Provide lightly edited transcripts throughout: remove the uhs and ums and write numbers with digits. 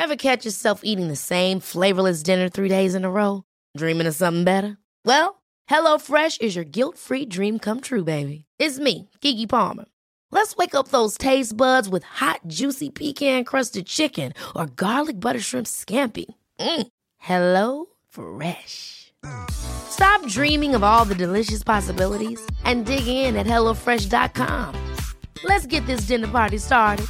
Ever catch yourself eating the same flavorless dinner 3 days in a row? Dreaming of something better? Well, HelloFresh is your guilt-free dream come true, baby. It's me, Keke Palmer. Let's wake up those taste buds with hot, juicy pecan-crusted chicken or garlic butter shrimp scampi. Hello Fresh. Stop dreaming of all the delicious possibilities and dig in at HelloFresh.com. Let's get this dinner party started.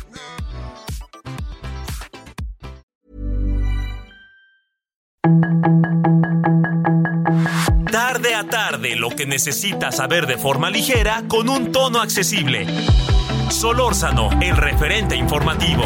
Tarde a tarde, lo que necesitas saber de forma ligera con un tono accesible. Solórzano, el referente informativo.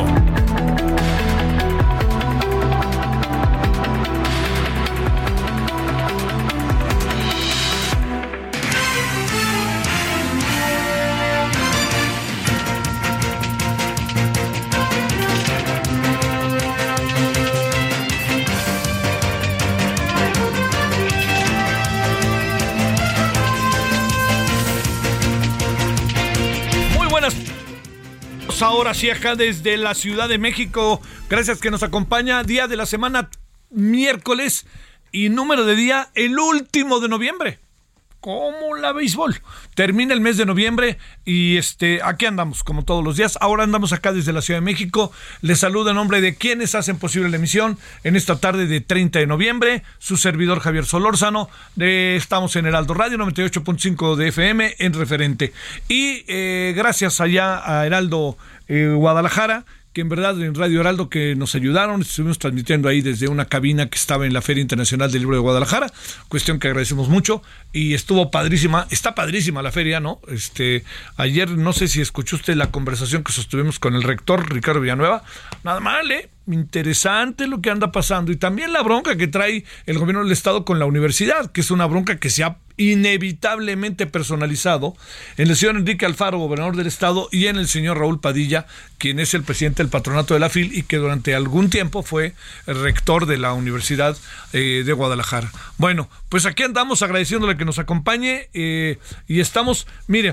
Ahora sí, acá desde la Ciudad de México, gracias que nos acompaña, día de la semana, miércoles, y número de día, el último de noviembre, como la béisbol. Termina el mes de noviembre y aquí andamos, como todos los días. Ahora andamos acá desde la Ciudad de México. Les saludo en nombre de quienes hacen posible la emisión en esta tarde de 30 de noviembre. Su servidor Javier Solórzano. Estamos en Heraldo Radio 98.5 de FM en referente. Y gracias allá a Heraldo Guadalajara, que en verdad en Radio Heraldo que nos ayudaron, estuvimos transmitiendo ahí desde una cabina que estaba en la Feria Internacional del Libro de Guadalajara, cuestión que agradecemos mucho, y estuvo padrísima, está padrísima la feria, ¿no? Ayer no sé si escuchó usted la conversación que sostuvimos con el rector Ricardo Villanueva, nada mal, interesante lo que anda pasando, y también la bronca que trae el gobierno del estado con la universidad, que es una bronca que se ha inevitablemente personalizado en el señor Enrique Alfaro, gobernador del estado, y en el señor Raúl Padilla, quien es el presidente del patronato de la FIL y que durante algún tiempo fue el rector de la Universidad de Guadalajara. Bueno, pues aquí andamos agradeciéndole que nos acompañe y estamos, mire,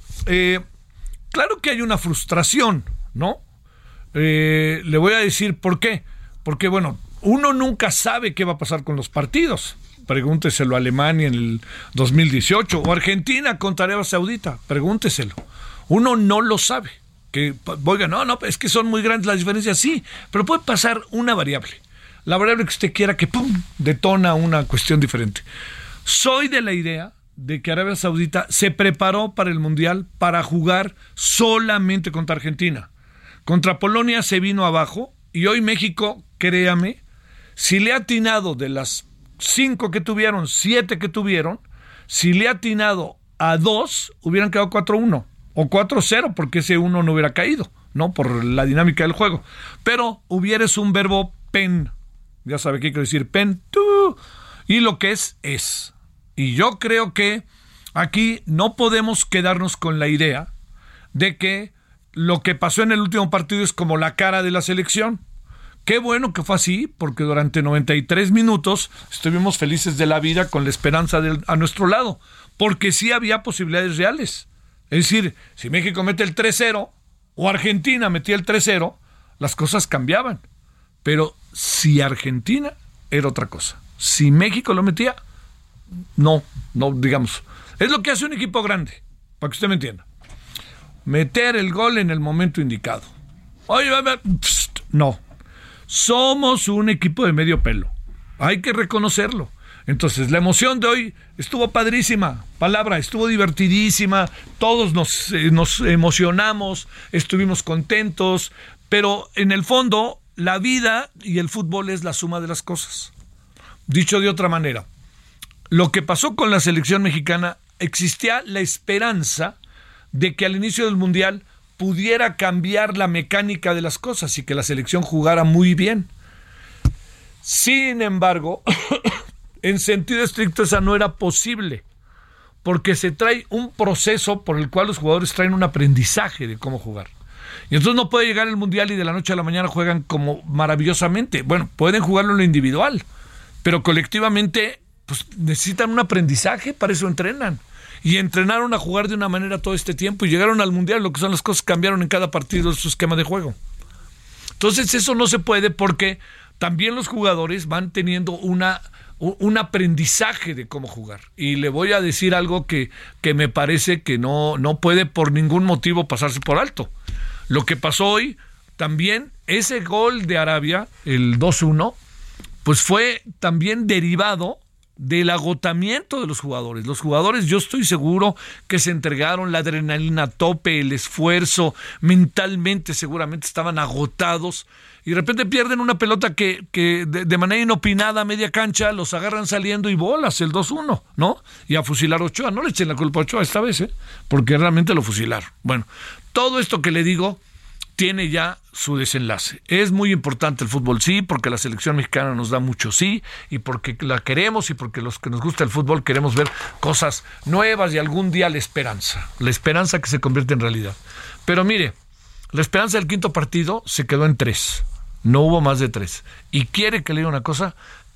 claro que hay una frustración, ¿no? Le voy a decir por qué. Porque, bueno, uno nunca sabe qué va a pasar con los partidos. Pregúnteselo a Alemania en el 2018 o Argentina contra Arabia Saudita, pregúnteselo. Uno no lo sabe. Que, oiga, no, es que son muy grandes las diferencias, sí, pero puede pasar una variable. La variable que usted quiera que ¡pum!, detona una cuestión diferente. Soy de la idea de que Arabia Saudita se preparó para el Mundial para jugar solamente contra Argentina. Contra Polonia se vino abajo y hoy México, créame, si le ha atinado de las 5 que tuvieron, 7 que tuvieron, si le ha atinado a 2, hubieran quedado 4-1 o 4-0, porque ese 1 no hubiera caído, ¿no? Por la dinámica del juego. Pero hubieres un verbo pen, ya sabe qué quiero decir, pen, tú, y lo que es. Y yo creo que aquí no podemos quedarnos con la idea de que lo que pasó en el último partido es como la cara de la selección. Qué bueno que fue así, porque durante 93 minutos estuvimos felices de la vida con la esperanza a nuestro lado, porque sí había posibilidades reales. Es decir, si México mete el 3-0 o Argentina metía el 3-0, las cosas cambiaban. Pero si Argentina era otra cosa. Si México lo metía, no, digamos. Es lo que hace un equipo grande, para que usted me entienda. Meter el gol en el momento indicado. Oye, no. Somos un equipo de medio pelo. Hay que reconocerlo. Entonces, la emoción de hoy estuvo padrísima. Estuvo divertidísima. Todos nos emocionamos, estuvimos contentos. Pero en el fondo, la vida y el fútbol es la suma de las cosas. Dicho de otra manera, lo que pasó con la selección mexicana, existía la esperanza de que al inicio del Mundial pudiera cambiar la mecánica de las cosas y que la selección jugara muy bien. Sin embargo, en sentido estricto esa no era posible, porque se trae un proceso por el cual los jugadores traen un aprendizaje de cómo jugar. Y entonces no puede llegar el Mundial y de la noche a la mañana juegan como maravillosamente. Bueno, pueden jugarlo en lo individual, pero colectivamente pues necesitan un aprendizaje, para eso entrenan. Y entrenaron a jugar de una manera todo este tiempo y llegaron al Mundial, lo que son las cosas cambiaron en cada partido de su esquema de juego. Entonces eso no se puede porque también los jugadores van teniendo un aprendizaje de cómo jugar. Y le voy a decir algo que me parece que no puede por ningún motivo pasarse por alto. Lo que pasó hoy, también ese gol de Arabia, el 2-1, pues fue también derivado del agotamiento de los jugadores. Los jugadores, yo estoy seguro que se entregaron, la adrenalina a tope, el esfuerzo, mentalmente seguramente estaban agotados, y de repente pierden una pelota que de manera inopinada a media cancha los agarran saliendo y bolas, el 2-1, ¿no? Y a fusilar a Ochoa. No le echen la culpa a Ochoa esta vez, porque realmente lo fusilaron. Bueno, todo esto que le digo tiene ya su desenlace. Es muy importante el fútbol, sí, porque la selección mexicana nos da mucho, sí, y porque la queremos y porque los que nos gusta el fútbol queremos ver cosas nuevas y algún día la esperanza que se convierte en realidad. Pero mire, la esperanza del quinto partido se quedó en 3, no hubo más de 3. Y quiere que le diga una cosa,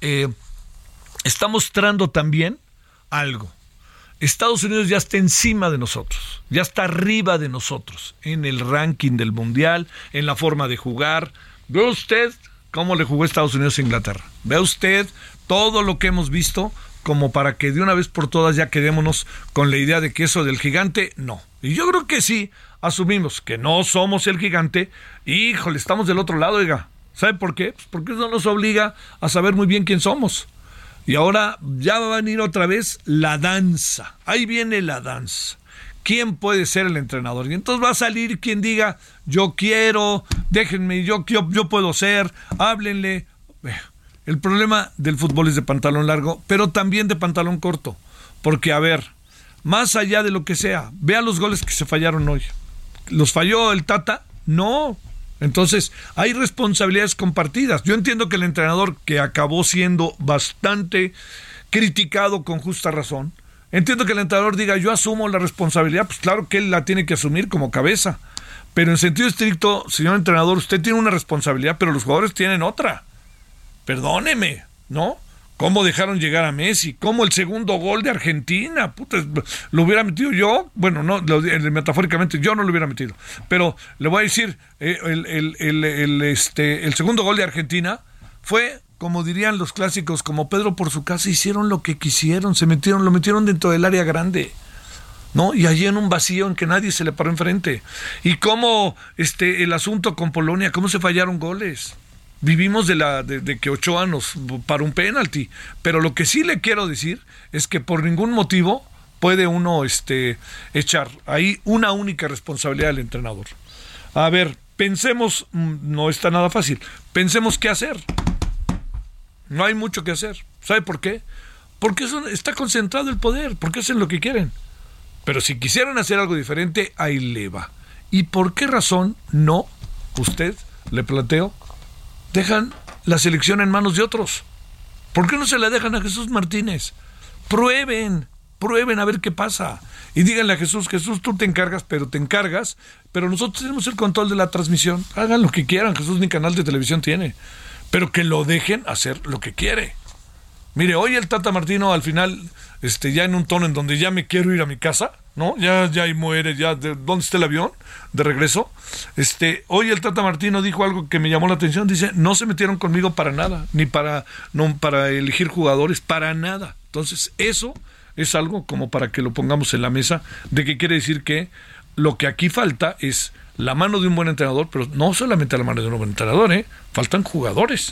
está mostrando también algo. Estados Unidos ya está encima de nosotros, ya está arriba de nosotros en el ranking del mundial, en la forma de jugar. Ve usted cómo le jugó Estados Unidos a Inglaterra. Ve usted todo lo que hemos visto como para que de una vez por todas ya quedémonos con la idea de que eso del gigante, no. Y yo creo que sí, asumimos que no somos el gigante. Híjole, estamos del otro lado, oiga. ¿Sabe por qué? Pues porque eso nos obliga a saber muy bien quién somos. Y ahora ya va a venir otra vez la danza. Ahí viene la danza. ¿Quién puede ser el entrenador? Y entonces va a salir quien diga, yo quiero, déjenme, yo puedo ser, háblenle. El problema del fútbol es de pantalón largo, pero también de pantalón corto. Porque, a ver, más allá de lo que sea, vea los goles que se fallaron hoy. ¿Los falló el Tata? No. Entonces, hay responsabilidades compartidas. Yo entiendo que el entrenador, que acabó siendo bastante criticado con justa razón, entiendo que el entrenador diga, yo asumo la responsabilidad, pues claro que él la tiene que asumir como cabeza. Pero en sentido estricto, señor entrenador, usted tiene una responsabilidad, pero los jugadores tienen otra. Perdóneme, ¿no? ¿Cómo dejaron llegar a Messi? ¿Cómo el segundo gol de Argentina? Puta, ¿lo hubiera metido yo? Bueno, no, metafóricamente yo no lo hubiera metido. Pero le voy a decir, el segundo gol de Argentina fue, como dirían los clásicos, como Pedro por su casa, hicieron lo que quisieron, lo metieron dentro del área grande, ¿no? Y allí en un vacío en que nadie se le paró enfrente. Y cómo el asunto con Polonia, cómo se fallaron goles. Vivimos de que Ochoa nos para un penalti, pero lo que sí le quiero decir es que por ningún motivo puede uno echar ahí una única responsabilidad del entrenador. A ver, pensemos, no está nada fácil, pensemos qué hacer. No hay mucho que hacer. ¿Sabe por qué? Porque está concentrado el poder, porque hacen lo que quieren. Pero si quisieran hacer algo diferente, ahí le va. ¿Y por qué razón no, usted, le planteo, dejan la selección en manos de otros? ¿Por qué no se la dejan a Jesús Martínez? Prueben a ver qué pasa. Y díganle a Jesús, tú te encargas, pero nosotros tenemos el control de la transmisión. Hagan lo que quieran, Jesús ni canal de televisión tiene. Pero que lo dejen hacer lo que quiere. Mire, hoy el Tata Martino al final, ya en un tono en donde ya me quiero ir a mi casa, ¿no? Ya ahí muere, ¿dónde está el avión? De regreso. Hoy el Tata Martino dijo algo que me llamó la atención. Dice, no se metieron conmigo para nada, ni para elegir jugadores, para nada. Entonces, eso es algo como para que lo pongamos en la mesa, de que quiere decir que lo que aquí falta es la mano de un buen entrenador, pero no solamente la mano de un buen entrenador, faltan jugadores.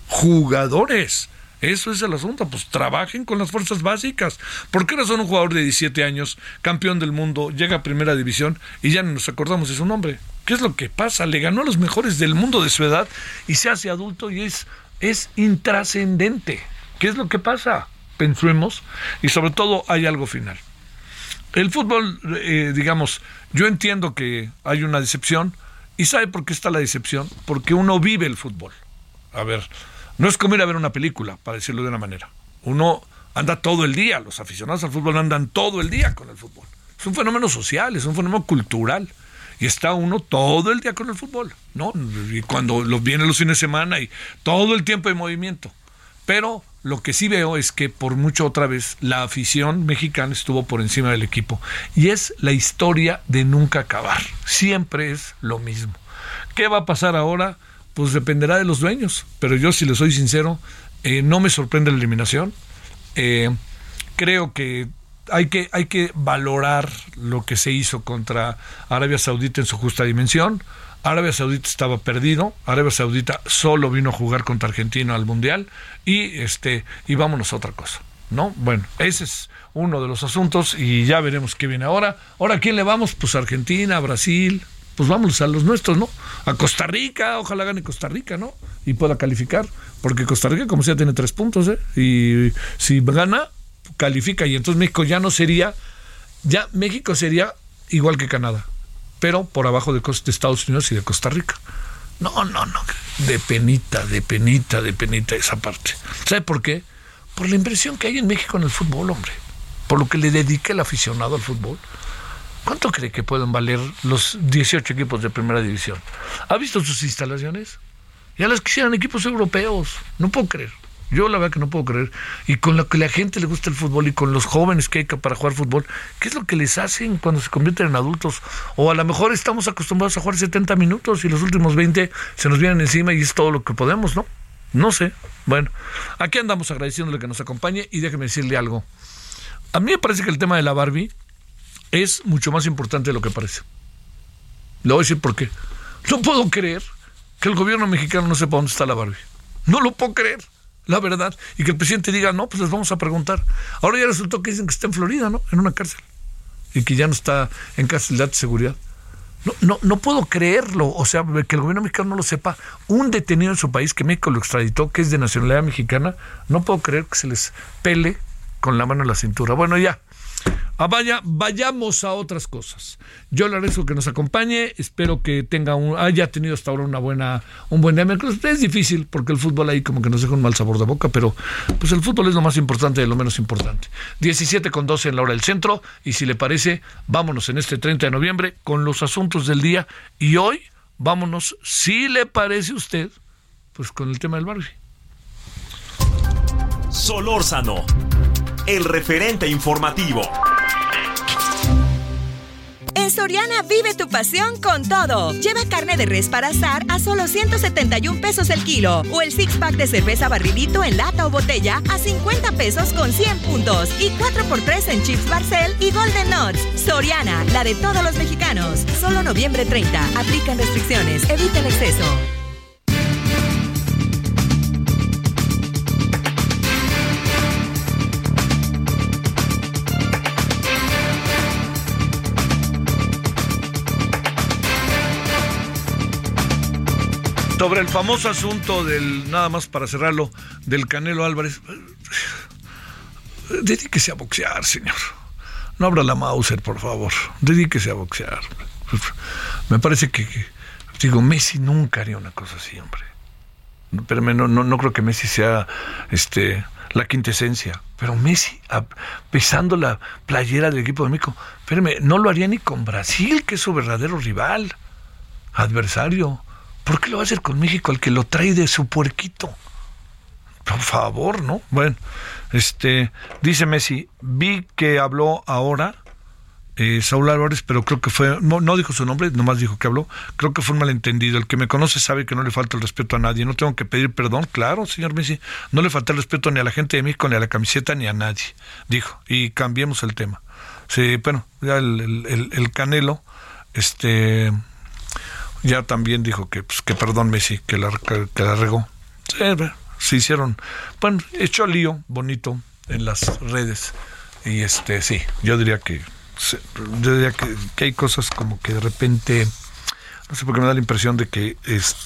Eso es el asunto, pues trabajen con las fuerzas básicas. ¿Por qué razón un jugador de 17 años, campeón del mundo, llega a primera división y ya no nos acordamos de su nombre? ¿Qué es lo que pasa? Le ganó a los mejores del mundo de su edad y se hace adulto y es intrascendente. ¿Qué es lo que pasa? Pensemos, y sobre todo hay algo final. El fútbol, yo entiendo que hay una decepción, y ¿sabe por qué está la decepción? Porque uno vive el fútbol. A ver, no es como ir a ver una película, para decirlo de una manera. Uno anda todo el día, los aficionados al fútbol andan todo el día con el fútbol. Es un fenómeno social, es un fenómeno cultural. Y está uno todo el día con el fútbol, ¿no? Y cuando vienen los fines de semana y todo el tiempo hay movimiento. Pero lo que sí veo es que por mucho otra vez la afición mexicana estuvo por encima del equipo. Y es la historia de nunca acabar. Siempre es lo mismo. ¿Qué va a pasar ahora? pues dependerá de los dueños. Pero yo, si les soy sincero, no me sorprende la eliminación. Creo que hay que valorar lo que se hizo contra Arabia Saudita en su justa dimensión. Arabia Saudita estaba perdido. Arabia Saudita solo vino a jugar contra Argentina al Mundial y vámonos a otra cosa, ¿no? Bueno, ese es uno de los asuntos y ya veremos qué viene ahora. ¿Ahora a quién le vamos? Pues a Argentina, a Brasil, pues vámonos a los nuestros, ¿no? A Costa Rica, ojalá gane Costa Rica, ¿no? Y pueda calificar, porque Costa Rica como sea tiene 3 puntos, y si gana, califica, y entonces México sería igual que Canadá, pero por abajo de Estados Unidos y de Costa Rica. No, de penita esa parte. ¿Sabe por qué? Por la inversión que hay en México en el fútbol, hombre, por lo que le dedica el aficionado al fútbol. ¿Cuánto cree que pueden valer los 18 equipos de primera división? ¿Ha visto sus instalaciones? Ya las quisieran equipos europeos. No puedo creer. Yo la verdad que no puedo creer. Y con lo que la gente le gusta el fútbol y con los jóvenes que hay para jugar fútbol, ¿qué es lo que les hacen cuando se convierten en adultos? O a lo mejor estamos acostumbrados a jugar 70 minutos y los últimos 20 se nos vienen encima y es todo lo que podemos, ¿no? No sé. Bueno, aquí andamos agradeciéndole que nos acompañe y déjeme decirle algo. A mí me parece que el tema de la Barbie es mucho más importante de lo que parece. Le voy a decir por qué. No puedo creer que el gobierno mexicano no sepa dónde está la Barbie. No lo puedo creer, la verdad. Y que el presidente diga, no, pues les vamos a preguntar. Ahora ya resultó que dicen que está en Florida, ¿no? En una cárcel. Y que ya no está en cárcel de alta seguridad. No puedo creerlo. O sea, que el gobierno mexicano no lo sepa. Un detenido en su país, que México lo extraditó, que es de nacionalidad mexicana, no puedo creer que se les pele con la mano en la cintura. Bueno, ya. Vayamos a otras cosas. Yo le agradezco que nos acompañe. Espero que haya tenido hasta ahora un buen día. Es difícil porque el fútbol ahí como que nos deja un mal sabor de boca, pero pues el fútbol es lo más importante de lo menos importante. 17:12 en la hora del centro. Y si le parece, vámonos en este 30 de noviembre con los asuntos del día. Y hoy vámonos, si le parece a usted, pues con el tema del Barbie. Solórzano, el referente informativo. En Soriana vive tu pasión con todo. Lleva carne de res para asar a solo 171 pesos el kilo. O el 6-pack de cerveza Barrilito en lata o botella a 50 pesos con 100 puntos. Y 4x3 en chips Barcel y Golden Nuts. Soriana, la de todos los mexicanos. Solo noviembre 30. Aplican restricciones. Evita el exceso. Sobre el famoso asunto nada más para cerrarlo, del Canelo Álvarez, dedíquese a boxear, señor. No abra la Mauser, por favor. Dedíquese a boxear. Me parece que Messi nunca haría una cosa así, hombre. Pero no creo que Messi sea la quintesencia. Pero Messi, pisando la playera del equipo de México, espérame, no lo haría ni con Brasil, que es su verdadero rival, adversario. ¿Por qué lo va a hacer con México, al que lo trae de su puerquito? Por favor, ¿no? Bueno, dice Messi, vi que habló ahora Saúl Álvarez, pero creo que fue, no dijo su nombre, nomás dijo que habló, creo que fue un malentendido. El que me conoce sabe que no le falta el respeto a nadie, no tengo que pedir perdón, claro, señor Messi, no le falta el respeto ni a la gente de México, ni a la camiseta, ni a nadie, dijo, y cambiemos el tema. Sí, bueno, ya el Canelo, ya también dijo que perdón Messi, que la regó. Se hicieron, bueno, echó lío bonito en las redes. Y sí, yo diría que hay cosas como que de repente, no sé por qué me da la impresión de que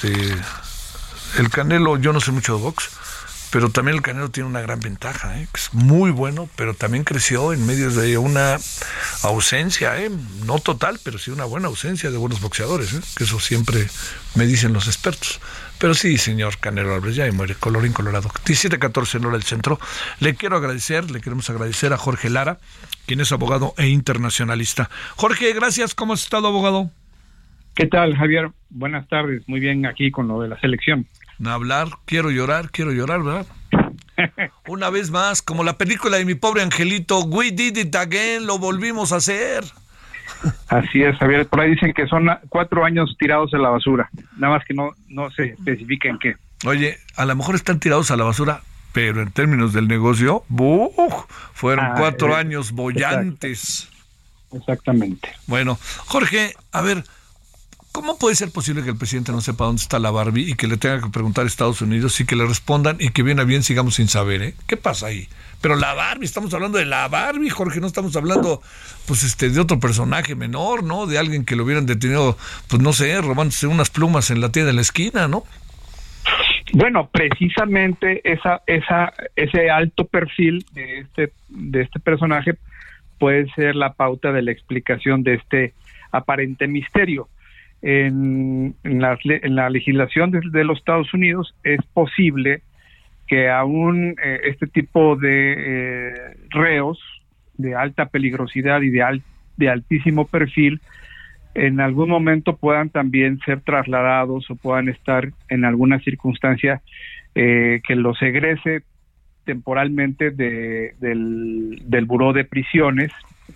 el Canelo, yo no sé mucho de box, pero también el Canelo tiene una gran ventaja, que es muy bueno, pero también creció en medio de una ausencia, no total, pero sí una buena ausencia de buenos boxeadores, que eso siempre me dicen los expertos. Pero sí, señor Canelo Álvarez, ya muere, colorín colorado. 17:14 en hora del centro. Le queremos agradecer a Jorge Lara, quien es abogado e internacionalista. Jorge, gracias. ¿Cómo has estado, abogado? ¿Qué tal, Javier? Buenas tardes. Muy bien aquí con lo de la selección. Quiero llorar, ¿verdad? Una vez más, como la película de Mi Pobre Angelito, we did it again, lo volvimos a hacer. Así es, Javier. Por ahí dicen que son 4 años tirados a la basura. Nada más que no se especifica en qué. Oye, a lo mejor están tirados a la basura, pero en términos del negocio, fueron 4 años bollantes. Exactamente. Bueno, Jorge, a ver, ¿cómo puede ser posible que el presidente no sepa dónde está la Barbie y que le tenga que preguntar a Estados Unidos y que le respondan y que bien a bien sigamos sin saber, ¿eh? ¿Qué pasa ahí? Pero la Barbie, estamos hablando de la Barbie, Jorge, no estamos hablando, pues, de otro personaje menor, ¿no? De alguien que lo hubieran detenido, pues, no sé, robándose unas plumas en la tienda de la esquina, ¿no? Bueno, precisamente ese alto perfil de este personaje puede ser la pauta de la explicación de este aparente misterio. En la legislación de los Estados Unidos es posible que aún este tipo de reos de alta peligrosidad y de altísimo perfil en algún momento puedan también ser trasladados o puedan estar en alguna circunstancia que los egrese temporalmente del Buró de Prisiones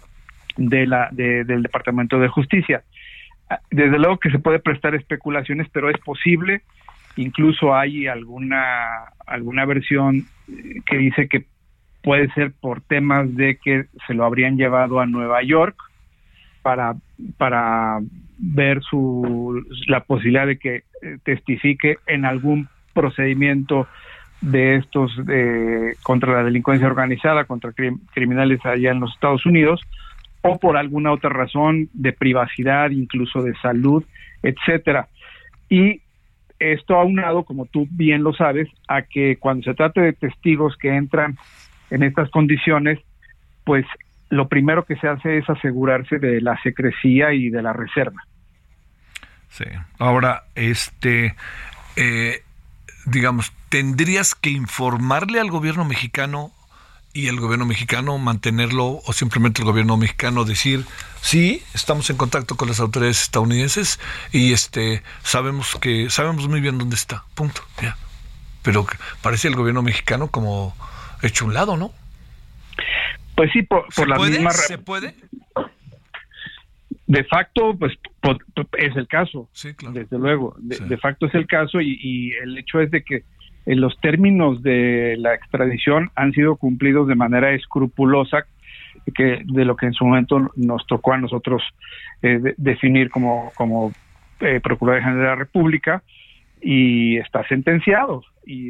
del Departamento de Justicia. Desde luego que se puede prestar especulaciones, pero es posible. Incluso hay alguna versión que dice que puede ser por temas de que se lo habrían llevado a Nueva York para ver la posibilidad de que testifique en algún procedimiento de estos contra la delincuencia organizada, contra criminales allá en los Estados Unidos, o por alguna otra razón de privacidad, incluso de salud, etcétera. Y esto aunado, como tú bien lo sabes, a que cuando se trata de testigos que entran en estas condiciones, pues lo primero que se hace es asegurarse de la secrecía y de la reserva. Sí. Ahora, digamos, ¿tendrías que informarle al gobierno mexicano y el gobierno mexicano mantenerlo, o simplemente el gobierno mexicano decir, sí, estamos en contacto con las autoridades estadounidenses y sabemos muy bien dónde está, punto, ya? Pero parece el gobierno mexicano como hecho a un lado, ¿no? Pues sí, por la misma... ¿Se puede? De facto, pues es el caso, sí, claro. Desde luego, Sí. de facto es el caso y el hecho es de que los términos de la extradición han sido cumplidos de manera escrupulosa, que de lo que en su momento nos tocó a nosotros definir como Procurador General de la República, y está sentenciado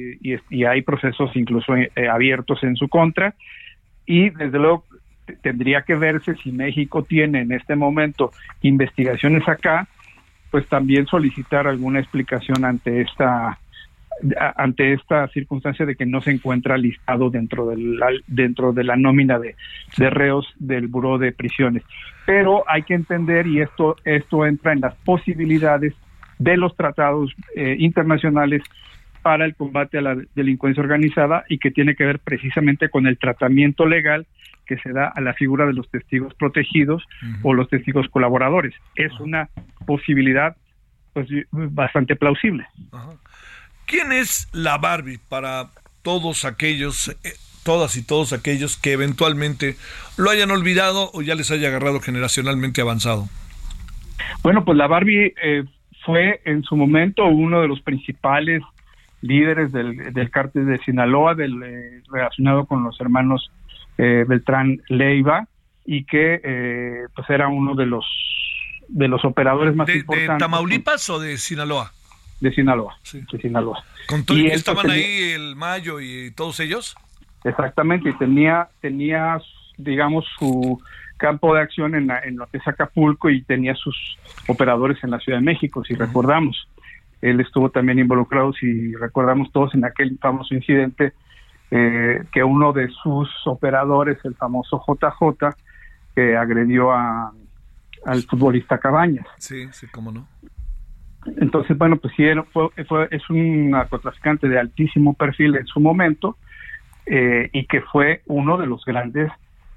y hay procesos incluso abiertos en su contra, y desde luego tendría que verse si México tiene en este momento investigaciones acá, pues también solicitar alguna explicación ante esta circunstancia de que no se encuentra listado dentro de la nómina de reos del Buró de Prisiones. Pero hay que entender, y esto entra en las posibilidades de los tratados internacionales para el combate a la delincuencia organizada, y que tiene que ver precisamente con el tratamiento legal que se da a la figura de los testigos protegidos o los testigos colaboradores. Es una posibilidad pues bastante plausible. Ajá. ¿Quién es la Barbie para todos aquellos, todas y todos aquellos que eventualmente lo hayan olvidado o ya les haya agarrado generacionalmente avanzado? Bueno, pues la Barbie fue en su momento uno de los principales líderes del cártel de Sinaloa, relacionado con los hermanos Beltrán Leiva, y que pues era uno de los operadores más importantes. ¿De Tamaulipas o de Sinaloa? De Sinaloa, sí. De Sinaloa. ¿Con todo, y estaban ahí el Mayo y todos ellos? Exactamente, y tenía digamos, su campo de acción en lo que es Acapulco, y tenía sus operadores en la Ciudad de México, si recordamos. Él estuvo también involucrado, si recordamos todos, en aquel famoso incidente que uno de sus operadores, el famoso JJ, agredió al futbolista Cabañas. Sí, cómo no. Entonces, bueno, pues sí, es un narcotraficante de altísimo perfil en su momento, y que fue uno de los grandes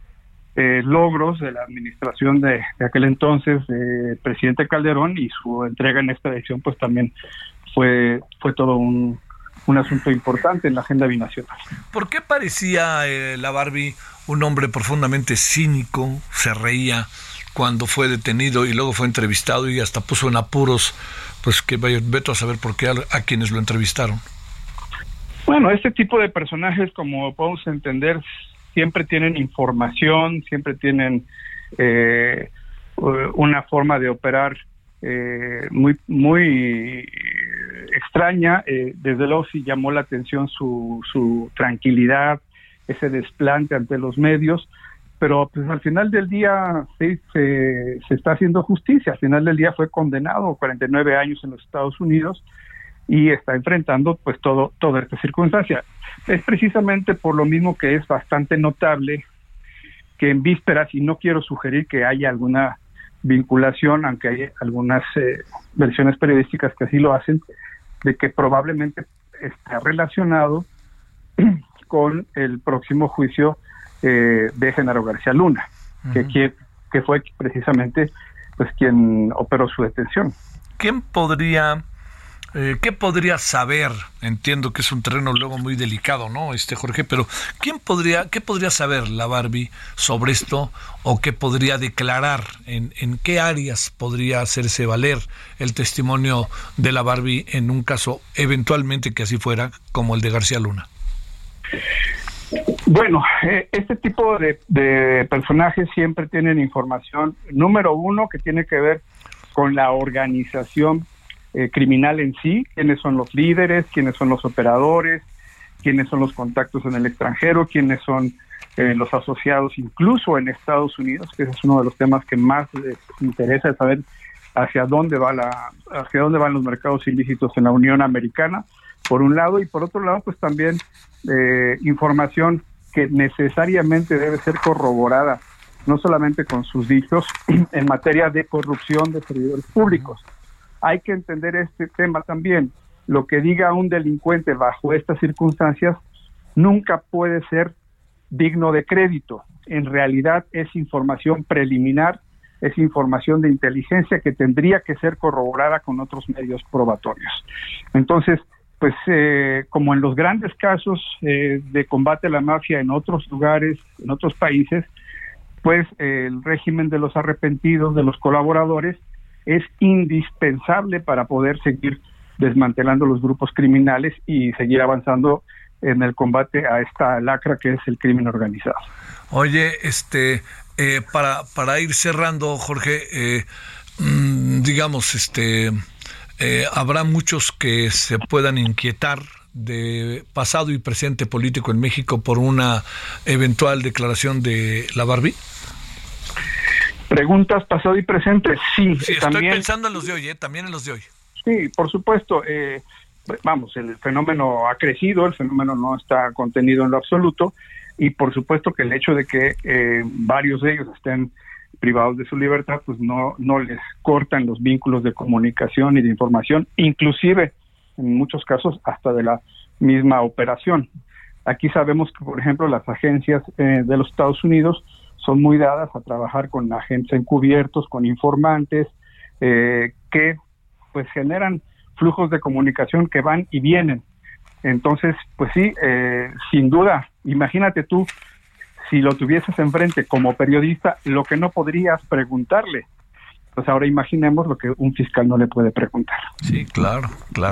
logros de la administración de aquel entonces presidente Calderón, y su entrega en esta elección pues también fue todo un asunto importante en la agenda binacional. ¿Por qué parecía la Barbie un hombre profundamente cínico? Se reía cuando fue detenido y luego fue entrevistado y hasta puso en apuros, pues que vete a saber por qué a quienes lo entrevistaron. Bueno, este tipo de personajes, como podemos entender, siempre tienen información, siempre tienen una forma de operar muy extraña. Desde luego sí llamó la atención su tranquilidad, ese desplante ante los medios, pero pues al final del día se está haciendo justicia. Al final del día fue condenado a 49 años en los Estados Unidos y está enfrentando pues toda esta circunstancia. Es precisamente por lo mismo que es bastante notable que en vísperas, y no quiero sugerir que haya alguna vinculación, aunque hay algunas versiones periodísticas que así lo hacen, de que probablemente está relacionado con el próximo juicio de Genaro García Luna, uh-huh, que fue precisamente pues quien operó su detención. ¿Quién podría... ¿qué podría saber? Entiendo que es un terreno luego muy delicado, ¿no, Jorge? Pero ¿qué podría saber la Barbie sobre esto, o qué podría declarar? ¿En qué áreas podría hacerse valer el testimonio de la Barbie en un caso, eventualmente que así fuera, como el de García Luna? Bueno, este tipo de personajes siempre tienen información, número uno, que tiene que ver con la organización criminal en sí, quiénes son los líderes, quiénes son los operadores, quiénes son los contactos en el extranjero, quiénes son los asociados incluso en Estados Unidos, que ese es uno de los temas que más les interesa, saber hacia dónde van los mercados ilícitos en la Unión Americana, por un lado, y por otro lado pues también información que necesariamente debe ser corroborada, no solamente con sus dichos en materia de corrupción de servidores públicos. Hay que entender este tema también. Lo que diga un delincuente bajo estas circunstancias nunca puede ser digno de crédito. En realidad es información preliminar, es información de inteligencia que tendría que ser corroborada con otros medios probatorios. Entonces, pues como en los grandes casos de combate a la mafia en otros lugares, en otros países, pues el régimen de los arrepentidos, de los colaboradores, es indispensable para poder seguir desmantelando los grupos criminales y seguir avanzando en el combate a esta lacra que es el crimen organizado. Oye, para ir cerrando, Jorge, digamos, habrá muchos que se puedan inquietar de pasado y presente político en México por una eventual declaración de la Barbie. Preguntas pasado y presente, sí. Sí, también, estoy pensando en los de hoy, también en los de hoy. Sí, por supuesto. Vamos, el fenómeno ha crecido, el fenómeno no está contenido en lo absoluto, y por supuesto que el hecho de que varios de ellos estén privados de su libertad, pues no les cortan los vínculos de comunicación y de información, inclusive en muchos casos hasta de la misma operación. Aquí sabemos que, por ejemplo, las agencias de los Estados Unidos son muy dadas a trabajar con agentes encubiertos, con informantes, que pues generan flujos de comunicación que van y vienen. Entonces, pues sí, sin duda, imagínate tú, si lo tuvieses enfrente como periodista, lo que no podrías preguntarle. Pues ahora imaginemos lo que un fiscal no le puede preguntar. Sí, claro.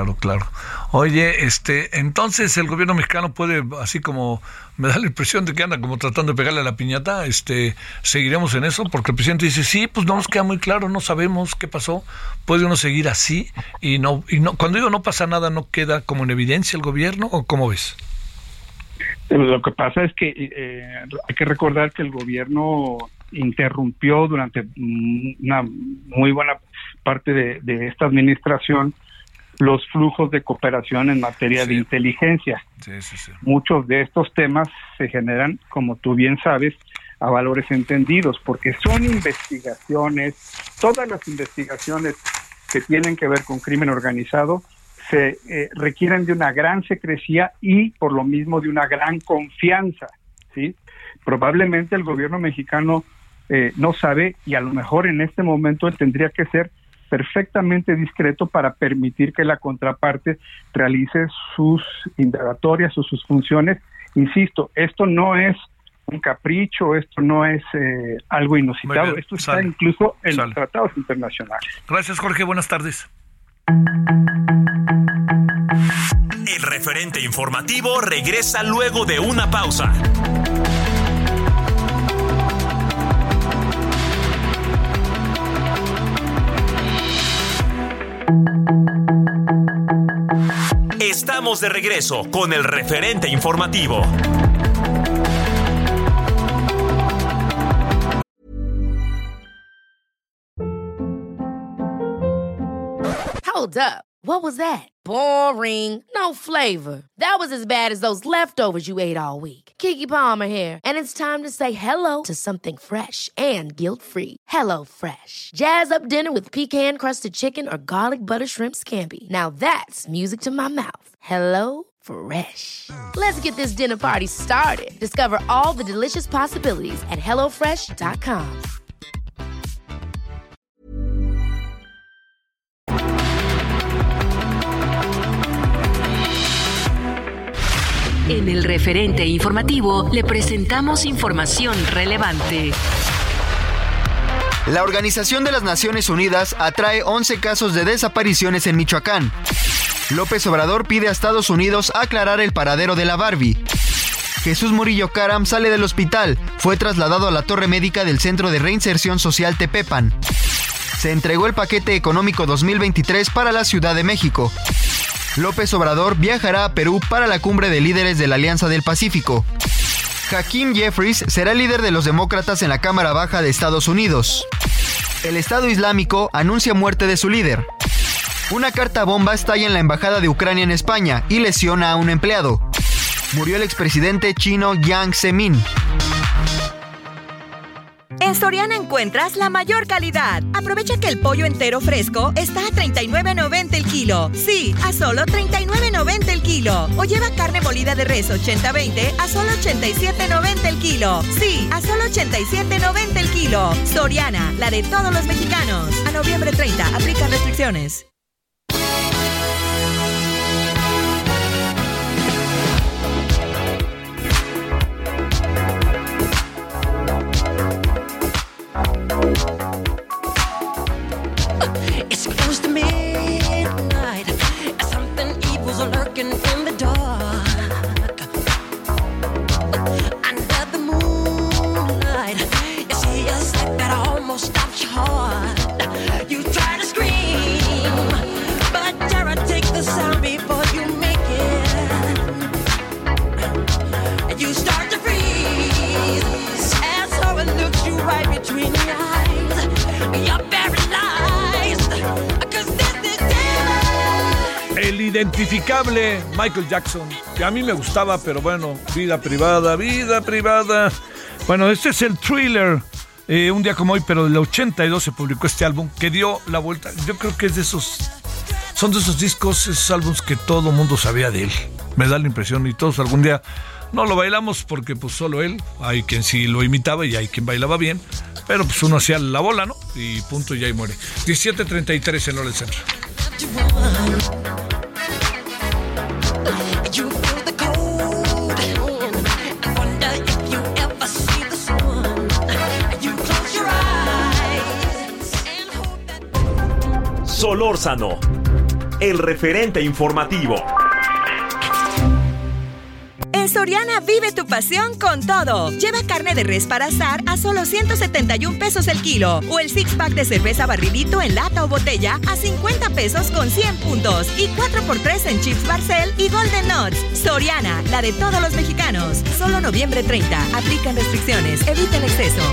Oye, entonces el gobierno mexicano puede, así como me da la impresión de que anda como tratando de pegarle a la piñata, seguiremos en eso, porque el presidente dice, sí, pues no nos queda muy claro, no sabemos qué pasó, puede uno seguir así, y no, cuando digo no pasa nada, ¿no queda como en evidencia el gobierno, o cómo ves? Lo que pasa es que hay que recordar que el gobierno interrumpió durante una muy buena parte de esta administración los flujos de cooperación en materia de inteligencia. Sí. Muchos de estos temas se generan, como tú bien sabes, a valores entendidos, porque son investigaciones, todas las investigaciones que tienen que ver con crimen organizado se requieren de una gran secrecía y por lo mismo de una gran confianza, ¿sí? Probablemente el gobierno mexicano no sabe, y a lo mejor en este momento él tendría que ser perfectamente discreto para permitir que la contraparte realice sus indagatorias o sus funciones. Insisto, esto no es un capricho, esto no es algo inusitado, esto está incluso en los tratados internacionales. Gracias, Jorge, buenas tardes. El referente informativo regresa luego de una pausa. Estamos de regreso con el referente informativo. Hold up. What was that? Boring. No flavor. That was as bad as those leftovers you ate all week. Keke Palmer here, and it's time to say hello to something fresh and guilt-free. Hello Fresh. Jazz up dinner with pecan-crusted chicken or garlic butter shrimp scampi. Now that's music to my mouth. Hello Fresh. Let's get this dinner party started. Discover all the delicious possibilities at HelloFresh.com. En el referente informativo le presentamos información relevante. La Organización de las Naciones Unidas atrae 11 casos de desapariciones en Michoacán. López Obrador pide a Estados Unidos aclarar el paradero de la Barbie. Jesús Murillo Caram sale del hospital. Fue trasladado a la torre médica del Centro de Reinserción Social Tepepan. Se entregó el paquete económico 2023 para la Ciudad de México. López Obrador viajará a Perú para la cumbre de líderes de la Alianza del Pacífico. Hakeem Jeffries será líder de los demócratas en la Cámara Baja de Estados Unidos. El Estado Islámico anuncia muerte de su líder. Una carta bomba estalla en la embajada de Ucrania en España y lesiona a un empleado. Murió el expresidente chino Jiang Zemin. En Soriana encuentras la mayor calidad. Aprovecha que el pollo entero fresco está a $39.90 el kilo. Sí, a solo $39.90 el kilo. O lleva carne molida de res 80-20 a solo $87.90 el kilo. Sí, a solo $87.90 el kilo. Soriana, la de todos los mexicanos. A noviembre 30, aplican restricciones. It's close to midnight. Something evil's lurking in the dark. Under the moonlight, you see a sight that almost stops your heart. You try to scream, but terror takes the sound before you make it. And you start to freeze as horror looks you right between your eyes. You're paralyzed, 'cause this is death. El identificable Michael Jackson, que a mí me gustaba, pero bueno, vida privada. Bueno, este es el Thriller, un día como hoy, pero del 82 se publicó este álbum que dio la vuelta. Yo creo que es de esos, son de esos discos, esos álbumes que todo mundo sabía de él. Me da la impresión, y todos algún día no lo bailamos porque pues solo él, hay quien sí lo imitaba y hay quien bailaba bien, pero pues uno hacía la bola, ¿no? Y punto, y ahí muere. 17:33 en hora del centro. You feel the cold wind. I wonder if you ever see the sun. You close your eyes and hope that... Solórzano, el referente informativo. En Soriana vive tu pasión con todo. Lleva carne de res para asar a solo 171 pesos el kilo. O el six-pack de cerveza Barrilito en lata o botella a 50 pesos con 100 puntos. Y 4x3 en chips Barcel y Golden Nuts. Soriana, la de todos los mexicanos. Solo noviembre 30. Aplican restricciones. Evita el exceso.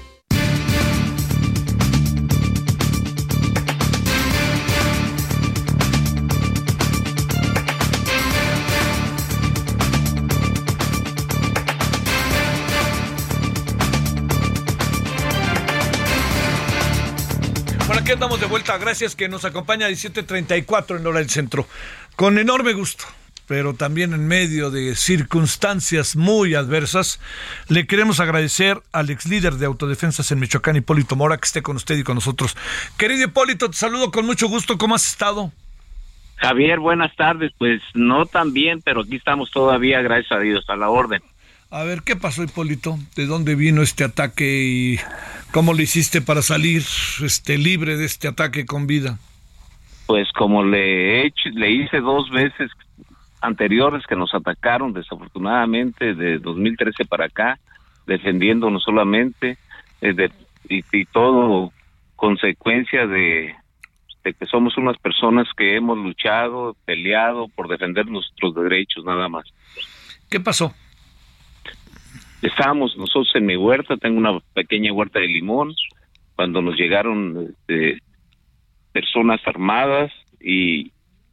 Aquí andamos de vuelta, gracias que nos acompaña a 17:34 en hora del centro, con enorme gusto, pero también en medio de circunstancias muy adversas. Le queremos agradecer al ex líder de autodefensas en Michoacán, Hipólito Mora, que esté con usted y con nosotros. Querido Hipólito, te saludo con mucho gusto, ¿cómo has estado? Javier, buenas tardes. Pues no tan bien, pero aquí estamos todavía, gracias a Dios, a la orden. A ver, ¿qué pasó, Hipólito? ¿De dónde vino este ataque y cómo le hiciste para salir libre de este ataque con vida? Pues como le hice 2 veces anteriores que nos atacaron, desafortunadamente, de 2013 para acá, defendiéndonos solamente, y todo consecuencia de que somos unas personas que hemos luchado, peleado por defender nuestros derechos, nada más. ¿Qué pasó? Estábamos nosotros en mi huerta, tengo una pequeña huerta de limón, cuando nos llegaron personas armadas y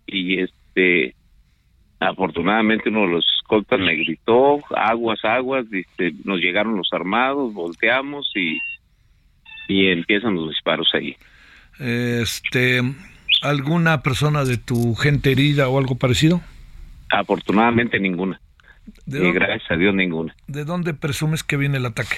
afortunadamente uno de los escoltas me gritó, aguas, nos llegaron los armados, volteamos y empiezan los disparos ahí. ¿Alguna persona de tu gente herida o algo parecido? Afortunadamente ninguna. Gracias a Dios ninguna. ¿De dónde presumes que viene el ataque?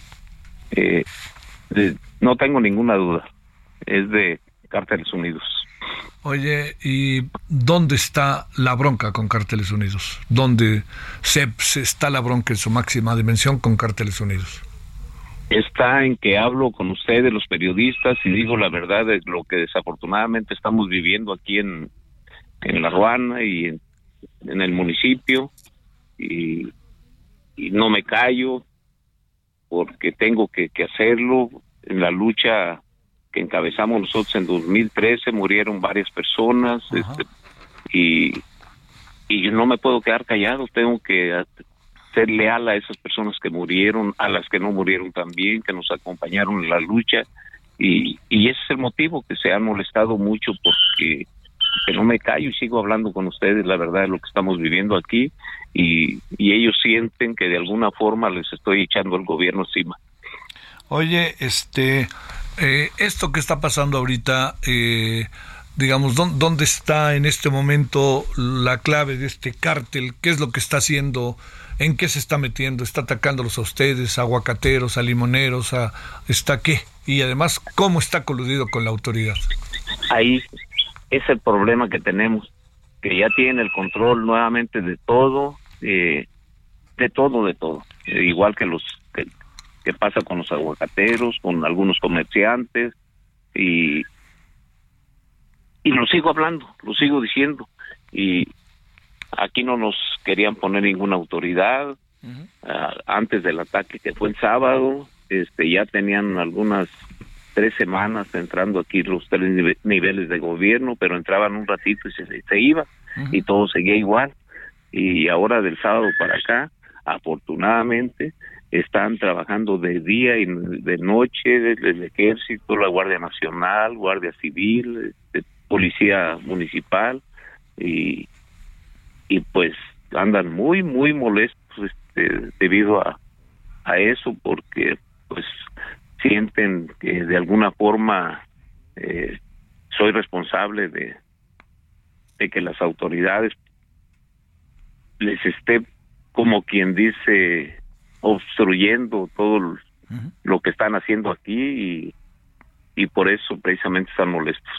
No tengo ninguna duda. Es de Cárteles Unidos. Oye, ¿y dónde está la bronca con Cárteles Unidos? ¿Dónde se está la bronca en su máxima dimensión con Cárteles Unidos? Está en que hablo con ustedes, los periodistas, y digo la verdad de lo que desafortunadamente estamos viviendo aquí en La Ruana y en el municipio, y no me callo porque tengo que hacerlo. En la lucha que encabezamos nosotros en 2013 murieron varias personas, y yo no me puedo quedar callado, tengo que ser leal a esas personas que murieron, a las que no murieron también, que nos acompañaron en la lucha, y ese es el motivo, que se han molestado mucho porque que no me callo y sigo hablando con ustedes la verdad de lo que estamos viviendo aquí, y ellos sienten que de alguna forma les estoy echando el gobierno encima. Oye, esto que está pasando ahorita, digamos, ¿dónde está en este momento la clave de este cártel? ¿Qué es lo que está haciendo? ¿En qué se está metiendo? ¿Está atacándolos a ustedes, a aguacateros, a limoneros? ¿Está qué? Y además, ¿cómo está coludido con la autoridad? Ahí es el problema que tenemos, que ya tienen el control nuevamente de todo, de todo. Igual que que pasa con los aguacateros, con algunos comerciantes, y lo sigo hablando, lo sigo diciendo, y aquí no nos querían poner ninguna autoridad. Antes del ataque, que fue el sábado, ya tenían algunas 3 semanas entrando aquí los 3 niveles de gobierno, pero entraban un ratito y se iba, y todo seguía igual. Y ahora del sábado para acá, afortunadamente, están trabajando de día y de noche, el ejército, la Guardia Nacional, Guardia Civil, Policía Municipal, y pues andan muy, muy molestos debido a eso, porque pues sienten que de alguna forma soy responsable de que las autoridades les esté, como quien dice, obstruyendo todo lo que están haciendo aquí, y por eso precisamente están molestos.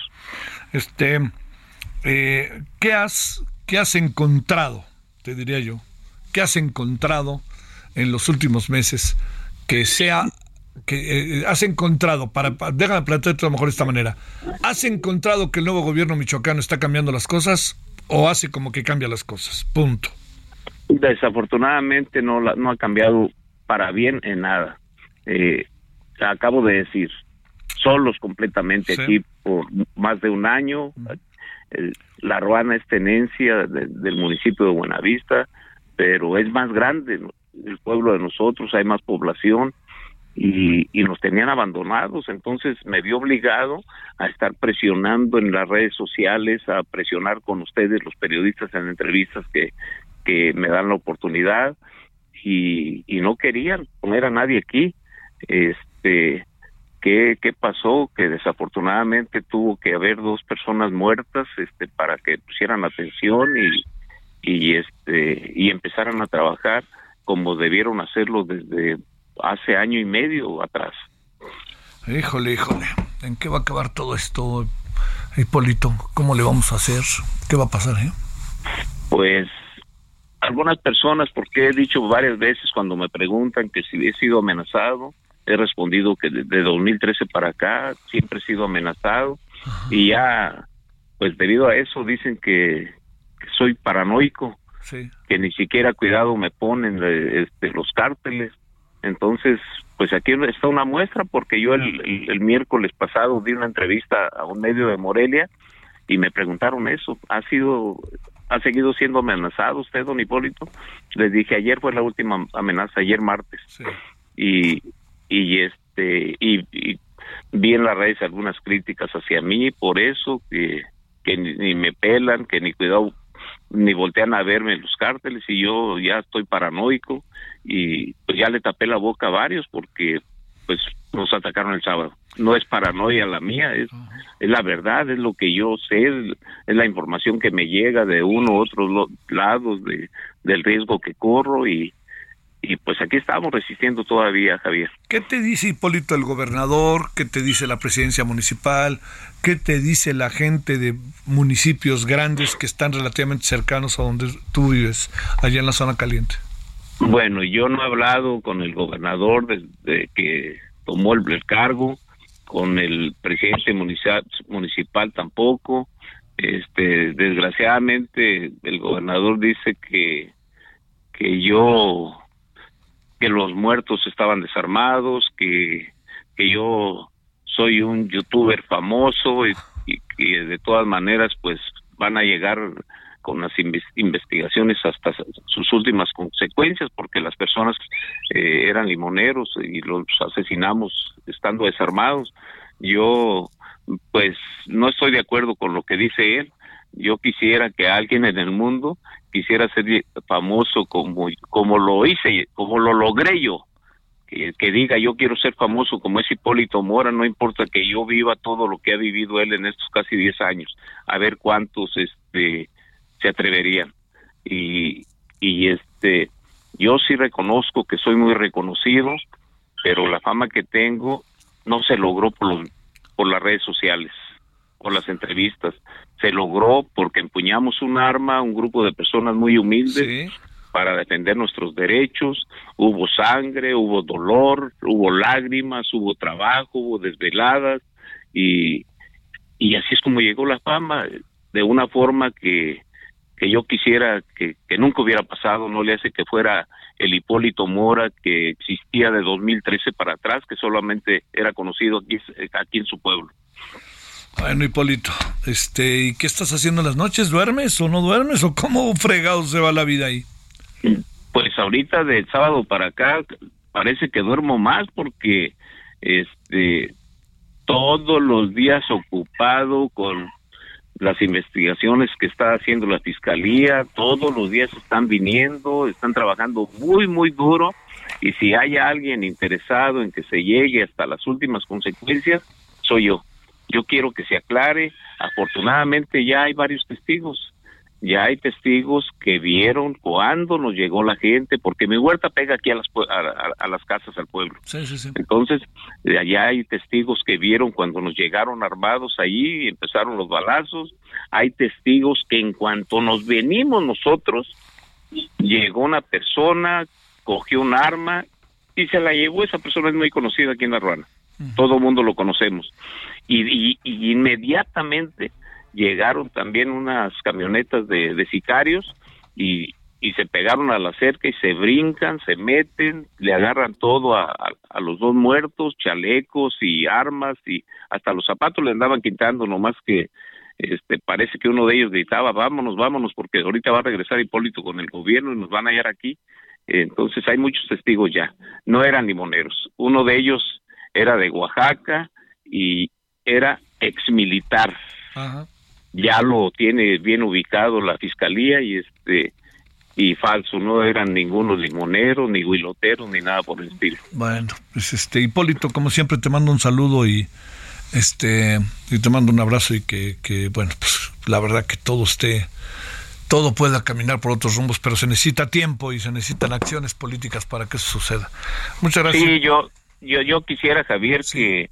¿Qué has encontrado, te diría yo? ¿Qué has encontrado en los últimos meses que has encontrado, déjame plantearte a lo mejor de esta manera, ¿has encontrado que el nuevo gobierno michoacano está cambiando las cosas o hace como que cambia las cosas? Punto. Desafortunadamente no ha cambiado para bien en nada. Acabo de decir, solos completamente, sí, aquí por más de un año. La Ruana es tenencia del municipio de Buenavista, pero es más grande el pueblo de nosotros, hay más población, y nos tenían abandonados. Entonces me vi obligado a estar presionando en las redes sociales, a presionar con ustedes, los periodistas, en entrevistas que me dan la oportunidad, y no querían poner a nadie aquí. ¿Qué pasó? Que desafortunadamente tuvo que haber 2 personas muertas para que pusieran atención y empezaran a trabajar como debieron hacerlo desde hace 1.5 años atrás. Híjole, ¿en qué va a acabar todo esto, Hipólito? ¿Cómo le vamos a hacer? ¿Qué va a pasar, Pues algunas personas, porque he dicho varias veces cuando me preguntan que si he sido amenazado, he respondido que de 2013 para acá siempre he sido amenazado. Y ya, pues debido a eso dicen que soy paranoico, Sí. que ni siquiera cuidado me ponen los cárteles. Entonces, pues aquí está una muestra, porque yo el miércoles pasado di una entrevista a un medio de Morelia y me preguntaron eso. ¿Ha seguido siendo amenazado usted, don Hipólito? Les dije, ayer fue la última amenaza, ayer martes. Sí. Y vi en las redes algunas críticas hacia mí por eso, que ni me pelan, que ni cuidado, ni voltean a verme los cárteles, y yo ya estoy paranoico, y pues ya le tapé la boca a varios porque pues nos atacaron el sábado. No es paranoia la mía, es la verdad, es lo que yo sé, es la información que me llega de uno u otros lados del riesgo que corro, y pues aquí estamos resistiendo todavía, Javier. ¿Qué te dice, Hipólito, el gobernador? ¿Qué te dice la presidencia municipal? ¿Qué te dice la gente de municipios grandes que están relativamente cercanos a donde tú vives, allá en la zona caliente? Bueno, yo no he hablado con el gobernador desde que tomó el cargo, con el presidente municipal tampoco. Desgraciadamente el gobernador dice que los muertos estaban desarmados, que yo soy un youtuber famoso, y que de todas maneras pues van a llegar con las investigaciones hasta sus últimas consecuencias, porque las personas eran limoneros y los asesinamos estando desarmados. Yo pues no estoy de acuerdo con lo que dice él. Yo quisiera que alguien en el mundo quisiera ser famoso como lo hice, como lo logré yo, que diga yo quiero ser famoso como es Hipólito Mora, no importa que yo viva todo lo que ha vivido él en estos casi 10 años, a ver cuántos se atreverían. Y yo sí reconozco que soy muy reconocido, pero la fama que tengo no se logró por las redes sociales, por las entrevistas. Se logró porque empuñamos un arma, un grupo de personas muy humildes, sí, para defender nuestros derechos. Hubo sangre, hubo dolor, hubo lágrimas, hubo trabajo, hubo desveladas, y así es como llegó la fama, de una forma que yo quisiera que nunca hubiera pasado. No le hace que fuera el Hipólito Mora que existía de 2013 para atrás, que solamente era conocido aquí en su pueblo. Bueno, Hipólito, ¿y qué estás haciendo en las noches? ¿Duermes o no duermes? ¿O cómo fregado se va la vida ahí? Pues ahorita del sábado para acá parece que duermo más, porque todos los días ocupado con las investigaciones que está haciendo la fiscalía, todos los días están viniendo, están trabajando muy, muy duro, y si hay alguien interesado en que se llegue hasta las últimas consecuencias, soy yo. Yo quiero que se aclare. Afortunadamente ya hay varios testigos. Ya hay testigos que vieron cuando nos llegó la gente, porque mi huerta pega aquí a las casas, al pueblo. Sí, sí, sí. Entonces, allá hay testigos que vieron cuando nos llegaron armados ahí y empezaron los balazos. Hay testigos que en cuanto nos venimos nosotros, llegó una persona, cogió un arma y se la llevó. Esa persona es muy conocida aquí en La Ruana. Todo el mundo lo conocemos. Y inmediatamente llegaron también unas camionetas de sicarios y se pegaron a la cerca y se brincan, se meten, le agarran todo a los dos muertos, chalecos y armas, y hasta los zapatos le andaban quitando, nomás que parece que uno de ellos gritaba, vámonos, vámonos, porque ahorita va a regresar Hipólito con el gobierno y nos van a hallar aquí. Entonces hay muchos testigos ya. No eran limoneros. Uno de ellos era de Oaxaca y era exmilitar. Ajá. Ya lo tiene bien ubicado la fiscalía, y falso, no eran ningunos limoneros, ni huiloteros, ni nada por el estilo. Bueno, pues Hipólito, como siempre te mando un saludo y te mando un abrazo, y que bueno, pues la verdad que todo pueda caminar por otros rumbos, pero se necesita tiempo y se necesitan acciones políticas para que eso suceda. Muchas gracias. Sí, yo quisiera, Javier, sí,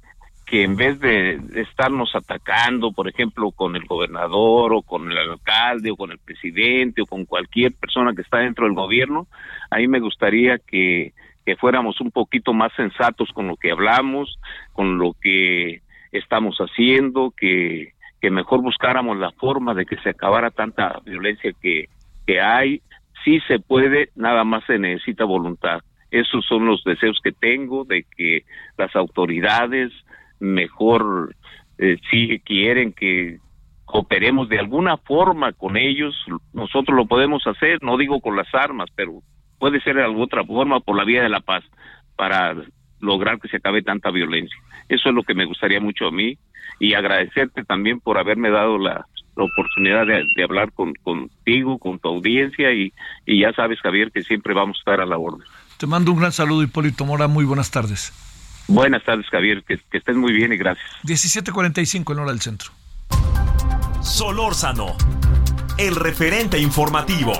que en vez de estarnos atacando, por ejemplo, con el gobernador o con el alcalde o con el presidente o con cualquier persona que está dentro del gobierno, a mí me gustaría que fuéramos un poquito más sensatos con lo que hablamos, con lo que estamos haciendo, que mejor buscáramos la forma de que se acabara tanta violencia que hay. Sí se puede, nada más se necesita voluntad. Esos son los deseos que tengo, de que las autoridades mejor si quieren que cooperemos de alguna forma con ellos. Nosotros lo podemos hacer, no digo con las armas, pero puede ser de alguna otra forma por la vía de la paz, para lograr que se acabe tanta violencia. Eso es lo que me gustaría mucho a mí, y agradecerte también por haberme dado la oportunidad de hablar contigo, con tu audiencia, y ya sabes, Javier, que siempre vamos a estar a la orden. Te mando un gran saludo, Hipólito Mora, muy buenas tardes. Buenas tardes, Javier, que estés muy bien y gracias. 17:45 en hora del centro. Solórzano, el referente informativo.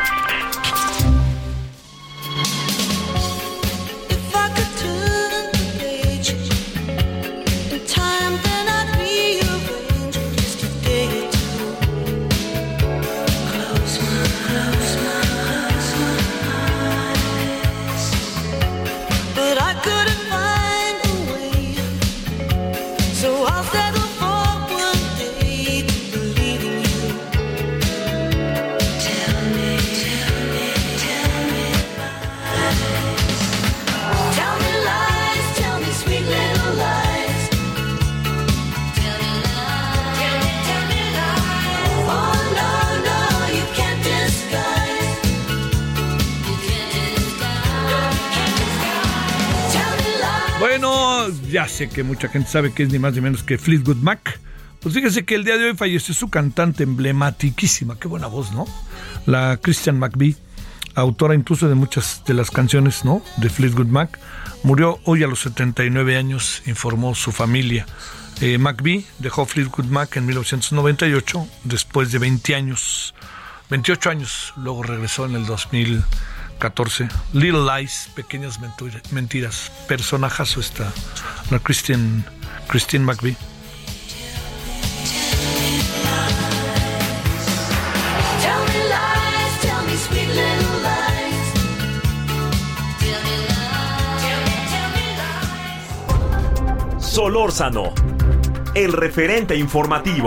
Bueno, ya sé que mucha gente sabe que es ni más ni menos que Fleetwood Mac. Pues fíjese que el día de hoy falleció su cantante emblematiquísima, qué buena voz, ¿no? La Christian McVie, autora incluso de muchas de las canciones, ¿no?, de Fleetwood Mac. Murió hoy a los 79 años, informó su familia. McVie dejó Fleetwood Mac en 1998, después de 28 años, luego regresó en el 2014. Little Lies, pequeñas mentiras, personajazo está la Christine McVie. Solórzano, el referente informativo.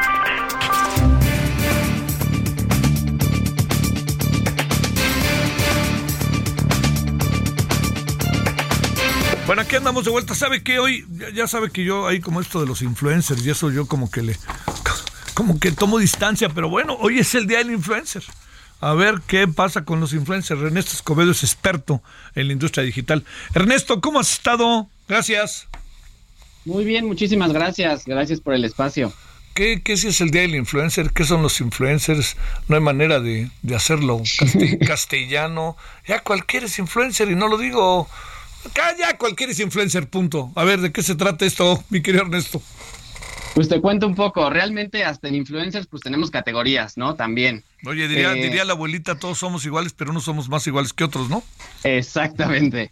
Bueno, aquí andamos de vuelta. ¿Sabe qué? Hoy, ya sabe que yo ahí como esto de los influencers y eso yo como que tomo distancia, pero bueno, hoy es el día del influencer. A ver qué pasa con los influencers. Ernesto Escobedo es experto en la industria digital. Ernesto, ¿cómo has estado? Gracias. Muy bien, muchísimas gracias. Gracias por el espacio. ¿Qué si es el día del influencer? ¿Qué son los influencers? No hay manera de hacerlo castellano. Ya cualquiera es influencer y no lo digo... Ya cualquiera es influencer, punto. A ver, ¿de qué se trata esto, mi querido Ernesto? Pues te cuento un poco. Realmente hasta en influencers pues tenemos categorías, ¿no? También. Oye, diría la abuelita, todos somos iguales, pero unos somos más iguales que otros, ¿no? Exactamente.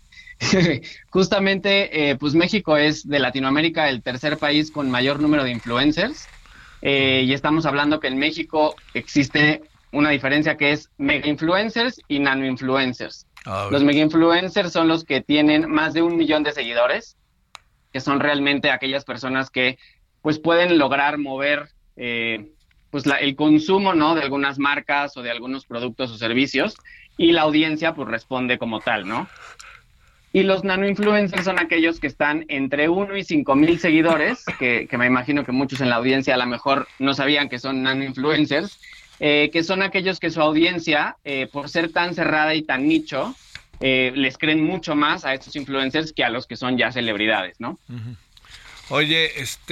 Justamente, pues México es de Latinoamérica el tercer país con mayor número de influencers. Y estamos hablando que en México existe una diferencia que es mega influencers y nano influencers. Los mega influencers son los que tienen más de 1 millón de seguidores, que son realmente aquellas personas que pues pueden lograr mover pues el consumo, ¿no?, de algunas marcas o de algunos productos o servicios, y la audiencia pues responde como tal, ¿no? Y los nano influencers son aquellos que están entre 1 y 5,000 seguidores, que me imagino que muchos en la audiencia a lo mejor no sabían que son nano influencers, que son aquellos que su audiencia, por ser tan cerrada y tan nicho, les creen mucho más a estos influencers que a los que son ya celebridades, ¿no? Uh-huh. Oye,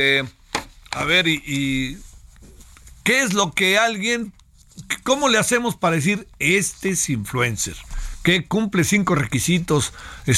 a ver, ¿y qué es lo que cómo le hacemos para decir este es influencer? Que cumple 5 requisitos,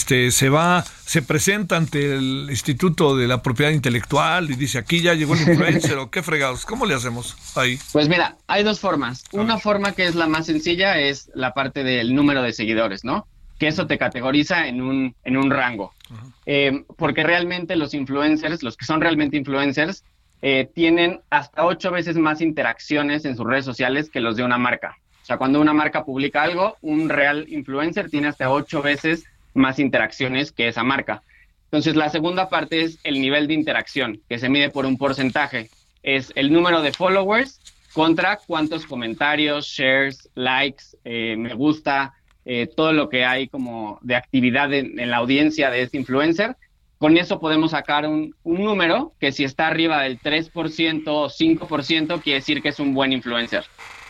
se presenta ante el Instituto de la Propiedad Intelectual y dice, aquí ya llegó el influencer, o qué fregados, ¿cómo le hacemos ahí? Pues mira, hay 2 formas. Una forma que es la más sencilla es la parte del número de seguidores, ¿no? que eso te categoriza en un rango. Porque realmente los influencers, los que son realmente influencers, tienen hasta 8 veces más interacciones en sus redes sociales que los de una marca. O sea, cuando una marca publica algo, un real influencer tiene hasta 8 veces más interacciones que esa marca. Entonces, la segunda parte es el nivel de interacción, que se mide por un porcentaje. Es el número de followers contra cuántos comentarios, shares, likes, me gusta, todo lo que hay como de actividad en la audiencia de este influencer. Con eso podemos sacar un número que si está arriba del 3% o 5% quiere decir que es un buen influencer.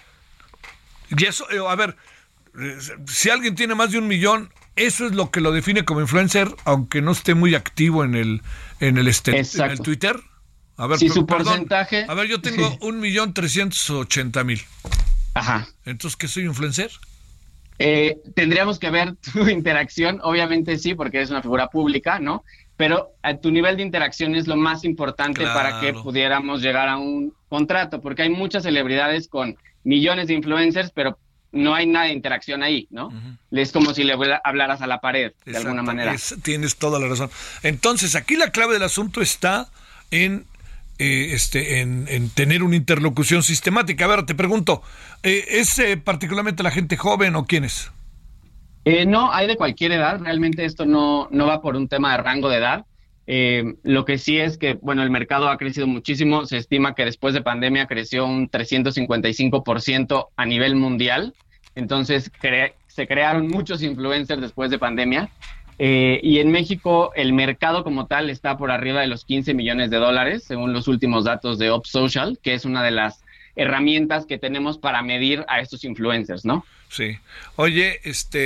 Y eso, a ver, si alguien tiene más de 1 millón, eso es lo que lo define como influencer, aunque no esté muy activo en el Twitter. A ver, si su porcentaje... A ver, yo tengo 1.380.000. Ajá. Entonces, ¿qué soy influencer? Tendríamos que ver tu interacción, obviamente sí, porque eres una figura pública, ¿no? Pero tu nivel de interacción es lo más importante para que pudiéramos llegar a un contrato, porque hay muchas celebridades con millones de influencers, pero no hay nada de interacción ahí, ¿no? Es como si le hablaras a la pared, de alguna manera. Tienes toda la razón. Entonces, aquí la clave del asunto está en tener una interlocución sistemática. A ver, te pregunto, ¿es particularmente la gente joven o quién es? No, hay de cualquier edad. Realmente esto no va por un tema de rango de edad. Lo que sí es que, bueno, el mercado ha crecido muchísimo. Se estima que después de pandemia creció un 355% a nivel mundial. Entonces, se crearon muchos influencers después de pandemia. Y en México el mercado como tal está por arriba de los $15 millones, según los últimos datos de OpSocial, que es una de las herramientas que tenemos para medir a estos influencers, ¿no? Sí. Oye,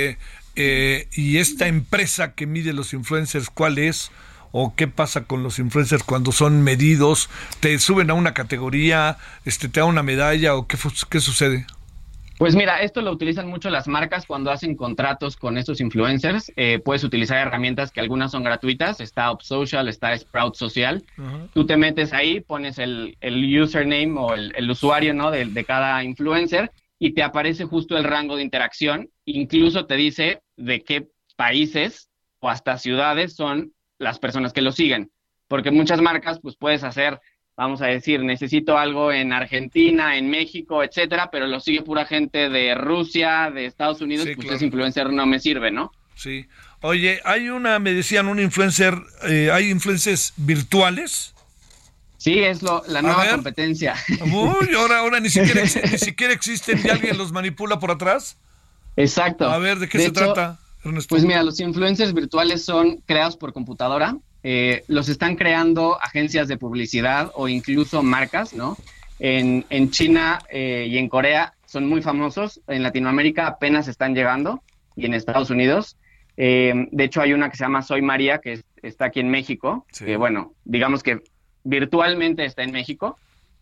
y esta empresa que mide los influencers, ¿cuál es? ¿O qué pasa con los influencers cuando son medidos? ¿Te suben a una categoría? ¿Te dan una medalla? ¿O qué sucede? Pues mira, esto lo utilizan mucho las marcas cuando hacen contratos con estos influencers. Puedes utilizar herramientas que algunas son gratuitas. Está OpSocial, está Sprout Social. Tú te metes ahí, pones el username o el usuario, ¿no? de cada influencer y te aparece justo el rango de interacción. Incluso te dice de qué países o hasta ciudades son las personas que lo siguen. Porque muchas marcas, pues puedes hacer... Vamos a decir, necesito algo en Argentina, en México, etcétera, pero lo sigue pura gente de Rusia, de Estados Unidos, sí, pues claro. Ese influencer no me sirve, ¿no? Sí. Oye, me decían un influencer, ¿hay influencers virtuales? Sí, es la nueva competencia. Uy, ahora ni siquiera existen y alguien los manipula por atrás. Exacto. A ver, ¿de qué se trata, Ernesto? Pues mira, los influencers virtuales son creados por computadora. Los están creando agencias de publicidad o incluso marcas, ¿no? En China y en Corea son muy famosos. En Latinoamérica apenas están llegando y en Estados Unidos. De hecho, hay una que se llama Soy María, que está aquí en México, sí. Que bueno, digamos que virtualmente está en México.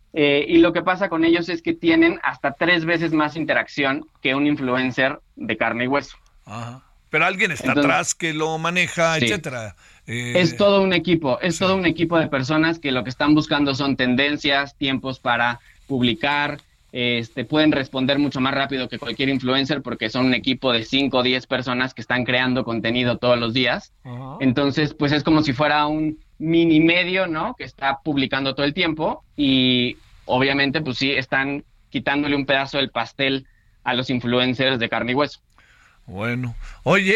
Y lo que pasa con ellos es que tienen hasta 3 veces más interacción que un influencer de carne y hueso. Ajá. Pero alguien está atrás que lo maneja, sí. Etcétera. Es todo un equipo, todo un equipo de personas que lo que están buscando son tendencias, tiempos para publicar, pueden responder mucho más rápido que cualquier influencer porque son un equipo de 5 o 10 personas que están creando contenido todos los días. Uh-huh. Entonces, pues es como si fuera un mini medio, ¿no? Que está publicando todo el tiempo y obviamente, pues sí, están quitándole un pedazo del pastel a los influencers de carne y hueso. Bueno, oye,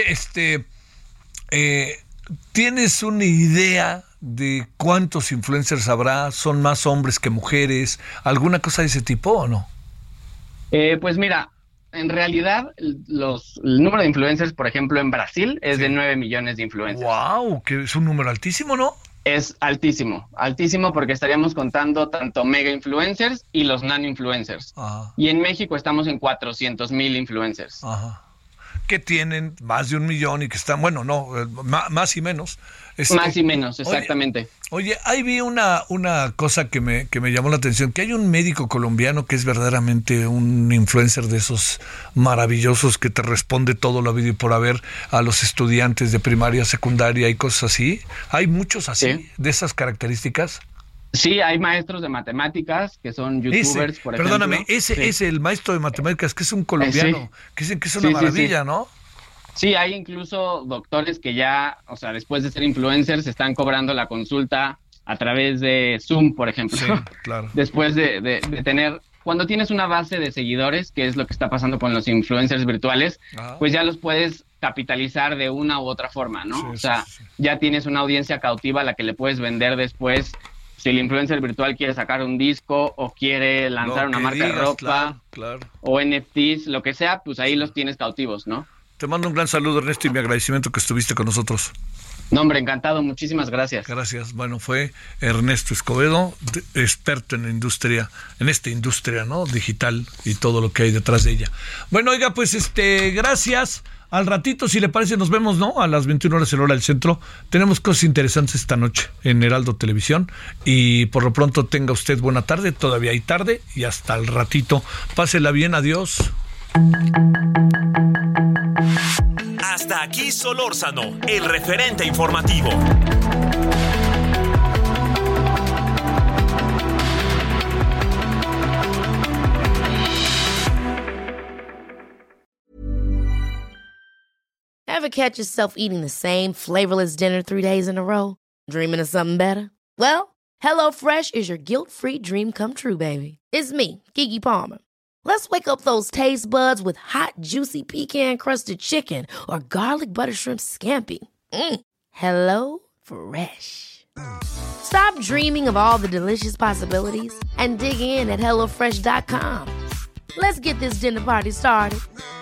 ¿tienes una idea de cuántos influencers habrá? ¿Son más hombres que mujeres? ¿Alguna cosa de ese tipo o no? Pues mira, en realidad el número de influencers, por ejemplo, en Brasil es de 9 millones de influencers. ¡Wow! Que es un número altísimo, ¿no? Es altísimo porque estaríamos contando tanto mega influencers y los nano influencers. Ajá. Y en México estamos en 400,000 influencers. Ajá. Que tienen más de 1 millón y que están, bueno, no, más y menos. Más y menos, exactamente. Oye, ahí vi una cosa que me llamó la atención, que hay un médico colombiano que es verdaderamente un influencer de esos maravillosos que te responde todo lo habido y por haber a los estudiantes de primaria, secundaria y cosas así. ¿Hay muchos así, sí, de esas características? Sí, hay maestros de matemáticas que son youtubers, por ejemplo. Perdóname, ese el maestro de matemáticas que es un colombiano, sí, que dicen que es una maravilla, sí. ¿No? Sí, hay incluso doctores que ya, o sea, después de ser influencers, están cobrando la consulta a través de Zoom, por ejemplo. Sí, claro. Después de tener, cuando tienes una base de seguidores, que es lo que está pasando con los influencers virtuales, pues ya los puedes capitalizar de una u otra forma, ¿no? Sí, o sea, sí. ya tienes una audiencia cautiva a la que le puedes vender después. Si el influencer virtual quiere sacar un disco o quiere lanzar una marca de ropa claro. o NFTs, lo que sea, pues ahí los tienes cautivos, ¿no? Te mando un gran saludo, Ernesto, y mi agradecimiento que estuviste con nosotros. No, hombre, encantado, muchísimas gracias. Gracias. Bueno, fue Ernesto Escobedo, experto en la industria, en esta industria, ¿no? Digital y todo lo que hay detrás de ella. Bueno, oiga, pues gracias. Al ratito, si le parece, nos vemos, ¿no? A las 21 horas en hora del centro. Tenemos cosas interesantes esta noche en Heraldo Televisión. Y por lo pronto tenga usted buena tarde. Todavía hay tarde y hasta el ratito. Pásela bien, adiós. Hasta aquí Solórzano, el referente informativo. Ever catch yourself eating the same flavorless dinner 3 days in a row? Dreaming of something better? Well, HelloFresh is your guilt-free dream come true, baby. It's me, Keke Palmer. Let's wake up those taste buds with hot, juicy pecan-crusted chicken or garlic butter shrimp scampi. Hello Fresh. Stop dreaming of all the delicious possibilities and dig in at HelloFresh.com. Let's get this dinner party started.